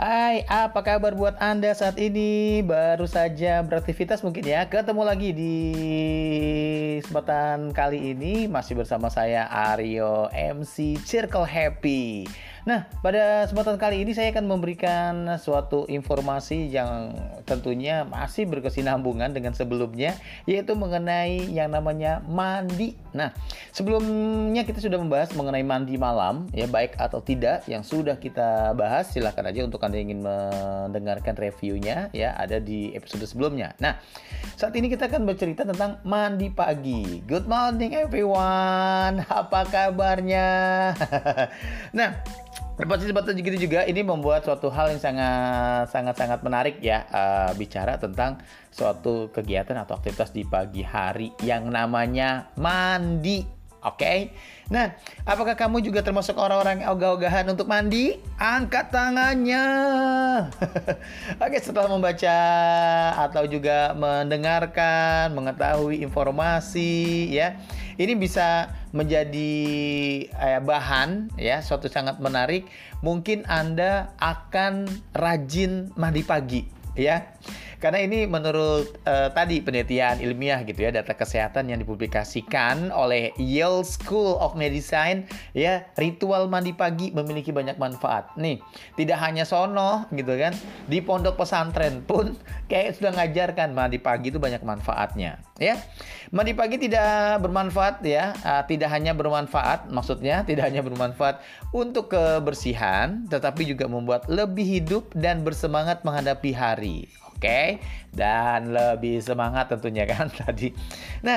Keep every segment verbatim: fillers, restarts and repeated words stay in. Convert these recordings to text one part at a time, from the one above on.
Hai, apa kabar buat Anda saat ini? Baru saja beraktivitas mungkin ya. Ketemu lagi di kesempatan kali ini masih bersama saya Aryo M C Circle Happy. Nah, pada kesempatan kali ini saya akan memberikan suatu informasi yang tentunya masih berkesinambungan dengan sebelumnya, yaitu mengenai yang namanya mandi. Nah, sebelumnya kita sudah membahas mengenai mandi malam, ya baik atau tidak yang sudah kita bahas. Silahkan aja untuk Anda ingin mendengarkan reviewnya, ya ada di episode sebelumnya. Nah, saat ini kita akan bercerita tentang mandi pagi. Good morning everyone, apa kabarnya? Nah, seperti gitu juga ini membuat suatu hal yang sangat sangat sangat menarik ya, uh, bicara tentang suatu kegiatan atau aktivitas di pagi hari yang namanya mandi. Oke, okay? Nah, apakah kamu juga termasuk orang-orang yang ogah-ogahan untuk mandi? Angkat tangannya. Oke, okay, setelah membaca atau juga mendengarkan, mengetahui informasi, ya, ini bisa menjadi eh, bahan, ya, suatu sangat menarik. Mungkin Anda akan rajin mandi pagi, ya. Karena ini menurut uh, tadi penelitian ilmiah gitu ya, data kesehatan yang dipublikasikan oleh Yale School of Medicine, ya, ritual mandi pagi memiliki banyak manfaat. Nih, tidak hanya sono gitu kan, di pondok pesantren pun kayak sudah ngajarkan mandi pagi itu banyak manfaatnya, ya. Mandi pagi tidak bermanfaat ya, uh, tidak hanya bermanfaat, maksudnya tidak hanya bermanfaat untuk kebersihan, tetapi juga membuat lebih hidup dan bersemangat menghadapi hari. Oke, okay? Dan lebih semangat tentunya kan tadi. Nah,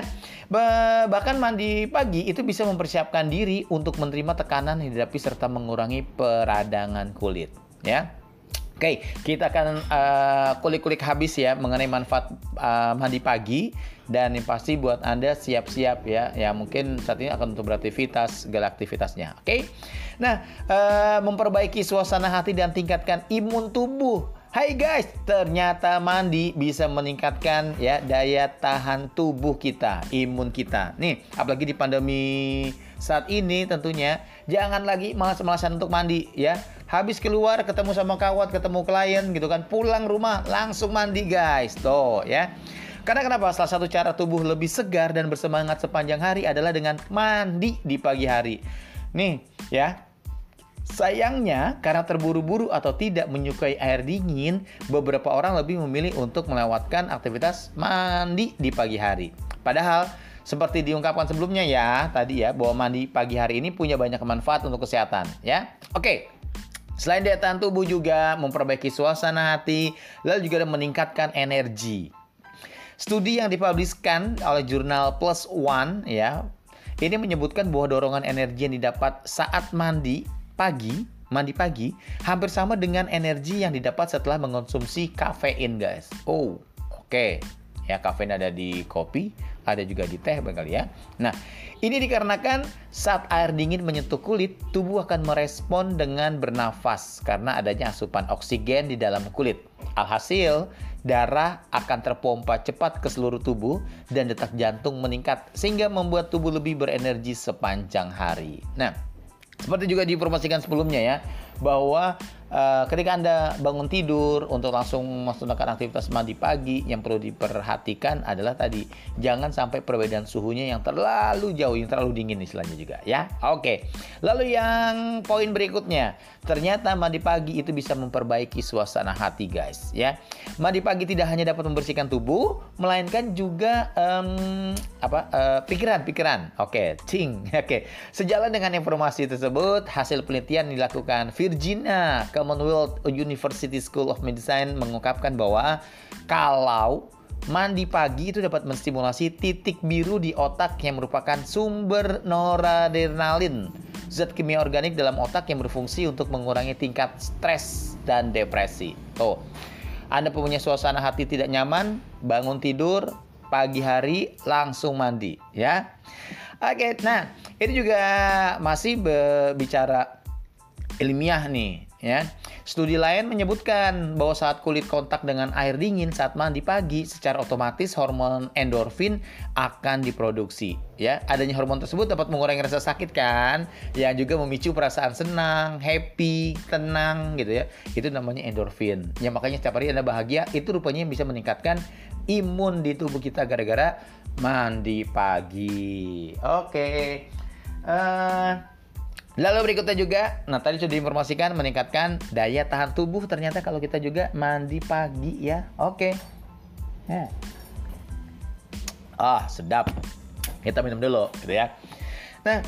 bahkan mandi pagi itu bisa mempersiapkan diri untuk menerima tekanan yang dihadapi serta mengurangi peradangan kulit, ya. Oke, okay, kita akan uh, kulik-kulik habis ya mengenai manfaat uh, mandi pagi, dan yang pasti buat Anda siap-siap ya, ya mungkin saat ini akan untuk beraktivitas, segala aktivitasnya. Oke, okay? Nah, uh, memperbaiki suasana hati dan tingkatkan imun tubuh. Hai guys, ternyata mandi bisa meningkatkan ya daya tahan tubuh kita, imun kita. Nih, apalagi di pandemi saat ini tentunya jangan lagi malas-malasan untuk mandi ya. Habis keluar ketemu sama kawan, ketemu klien gitu kan, pulang rumah langsung mandi guys. Tuh ya. Karena kenapa? Salah satu cara tubuh lebih segar dan bersemangat sepanjang hari adalah dengan mandi di pagi hari. Nih ya. Sayangnya, karena terburu-buru atau tidak menyukai air dingin, beberapa orang lebih memilih untuk melewatkan aktivitas mandi di pagi hari. Padahal, seperti diungkapkan sebelumnya ya, tadi ya, bahwa mandi pagi hari ini punya banyak manfaat untuk kesehatan, ya. Oke, selain daya tahan tubuh juga memperbaiki suasana hati, lalu juga meningkatkan energi. Studi yang dipubliskan oleh jurnal Plus One, ya, ini menyebutkan bahwa dorongan energi yang didapat saat mandi pagi, mandi pagi, hampir sama dengan energi yang didapat setelah mengonsumsi kafein, guys. Oh, oke. Okay. Ya, kafein ada di kopi, ada juga di teh barangkali ya. Nah, ini dikarenakan saat air dingin menyentuh kulit, tubuh akan merespon dengan bernafas karena adanya asupan oksigen di dalam kulit. Alhasil, darah akan terpompa cepat ke seluruh tubuh dan detak jantung meningkat sehingga membuat tubuh lebih berenergi sepanjang hari. Nah, seperti juga diinformasikan sebelumnya ya, bahwa uh, ketika Anda bangun tidur untuk langsung melaksanakan aktivitas mandi pagi, yang perlu diperhatikan adalah tadi, jangan sampai perbedaan suhunya yang terlalu jauh, yang terlalu dingin istilahnya juga ya. Oke, lalu yang poin berikutnya, ternyata mandi pagi itu bisa memperbaiki suasana hati guys ya. Mandi pagi tidak hanya dapat membersihkan tubuh, melainkan juga um, apa uh, pikiran-pikiran. Oke, cing. Oke, sejalan dengan informasi tersebut, hasil penelitian dilakukan Virginia Commonwealth University School of Medicine mengungkapkan bahwa kalau mandi pagi itu dapat menstimulasi titik biru di otak yang merupakan sumber noradrenalin, zat kimia organik dalam otak yang berfungsi untuk mengurangi tingkat stres dan depresi. Tuh, Anda punya suasana hati tidak nyaman, bangun tidur pagi hari langsung mandi ya. Oke, nah ini juga masih berbicara ilmiah nih ya. Studi lain menyebutkan bahwa saat kulit kontak dengan air dingin saat mandi pagi, secara otomatis hormon endorfin akan diproduksi, ya. Adanya hormon tersebut dapat mengurangi rasa sakit kan, yang juga memicu perasaan senang, happy, tenang gitu ya. Itu namanya endorfin. Ya makanya setiap hari Anda bahagia, itu rupanya bisa meningkatkan imun di tubuh kita gara-gara mandi pagi. Oke. Uh, Lalu berikutnya juga, nah tadi sudah diinformasikan meningkatkan daya tahan tubuh ternyata kalau kita juga mandi pagi ya. Oke. Ya. Ah, sedap. Kita minum dulu gitu ya. Nah,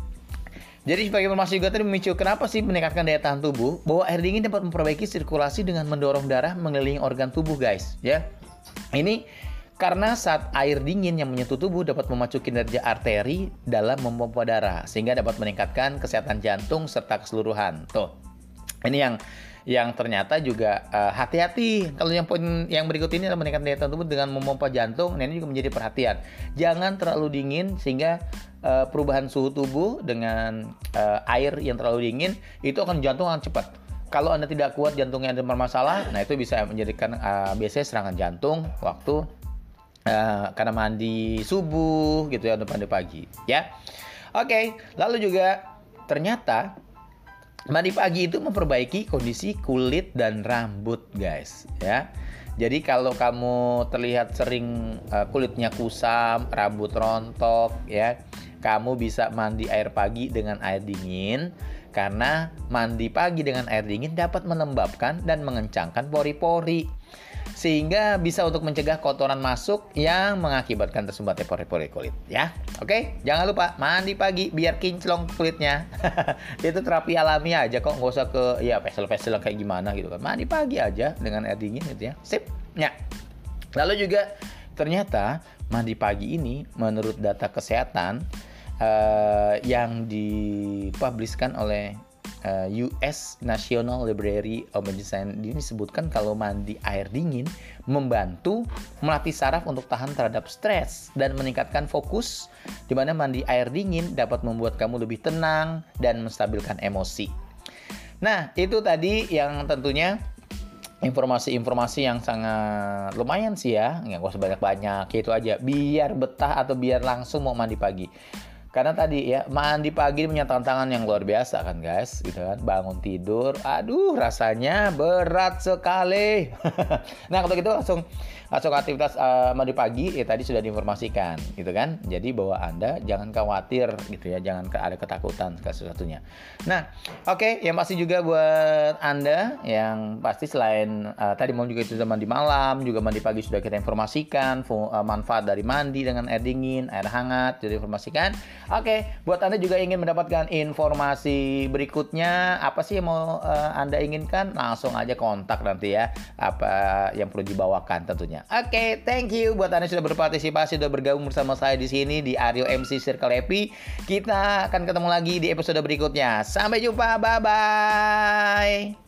jadi sebagai informasi juga tadi memicu kenapa sih meningkatkan daya tahan tubuh? Bahwa air dingin dapat memperbaiki sirkulasi dengan mendorong darah mengelilingi organ tubuh, guys, ya. Ini karena saat air dingin yang menyentuh tubuh dapat memacu kinerja arteri dalam memompa darah sehingga dapat meningkatkan kesehatan jantung serta keseluruhan. Tuh. Ini yang yang ternyata juga uh, hati-hati. Kalau yang poin yang berikut ini adalah meningkatkan daya tahan tubuh dengan memompa jantung. Nah, ini juga menjadi perhatian. Jangan terlalu dingin sehingga uh, perubahan suhu tubuh dengan uh, air yang terlalu dingin itu akan jantung akan cepat. Kalau Anda tidak kuat jantungnya ada bermasalah, nah itu bisa menjadikan uh, biasanya serangan jantung waktu Uh, karena mandi subuh gitu ya, atau mandi pagi ya. Oke, lalu juga ternyata mandi pagi itu memperbaiki kondisi kulit dan rambut, guys, ya. Jadi kalau kamu terlihat sering uh, kulitnya kusam, rambut rontok ya, kamu bisa mandi air pagi dengan air dingin. Karena mandi pagi dengan air dingin dapat melembabkan dan mengencangkan pori-pori. Sehingga bisa untuk mencegah kotoran masuk yang mengakibatkan tersumbatnya pori-pori kulit ya. Oke, jangan lupa mandi pagi biar kinclong kulitnya. Itu terapi alami aja kok, nggak usah ke ya facial-facial kayak gimana gitu kan. Mandi pagi aja dengan air dingin gitu ya. Sip. Ya. Lalu juga ternyata mandi pagi ini menurut data kesehatan uh, yang dipublishkan oleh Uh, U S National Library of Medicine ini disebutkan kalau mandi air dingin membantu melatih saraf untuk tahan terhadap stres dan meningkatkan fokus, di mana mandi air dingin dapat membuat kamu lebih tenang dan menstabilkan emosi. Nah, itu tadi yang tentunya informasi-informasi yang sangat lumayan sih ya, nggak usah banyak-banyak, itu aja biar betah atau biar langsung mau mandi pagi. Karena tadi ya, mandi pagi punya tantangan yang luar biasa kan guys, gitu kan. Bangun tidur, aduh rasanya berat sekali. Nah kalau gitu langsung langsung aktivitas uh, mandi pagi, ya tadi sudah diinformasikan gitu kan. Jadi bahwa Anda jangan khawatir gitu ya, jangan ada ketakutan ke sesuatunya. Nah oke, okay, yang pasti juga buat Anda yang pasti selain uh, tadi mau juga itu mandi malam, juga mandi pagi sudah kita informasikan uh, manfaat dari mandi dengan air dingin, air hangat sudah diinformasikan. Oke, buat Anda juga ingin mendapatkan informasi berikutnya, apa sih yang mau uh, Anda inginkan? Langsung aja kontak nanti ya, apa yang perlu dibawakan tentunya. Oke, thank you buat Anda sudah berpartisipasi, sudah bergabung bersama saya di sini di Aryo M C Circle Happy. Kita akan ketemu lagi di episode berikutnya. Sampai jumpa, bye-bye.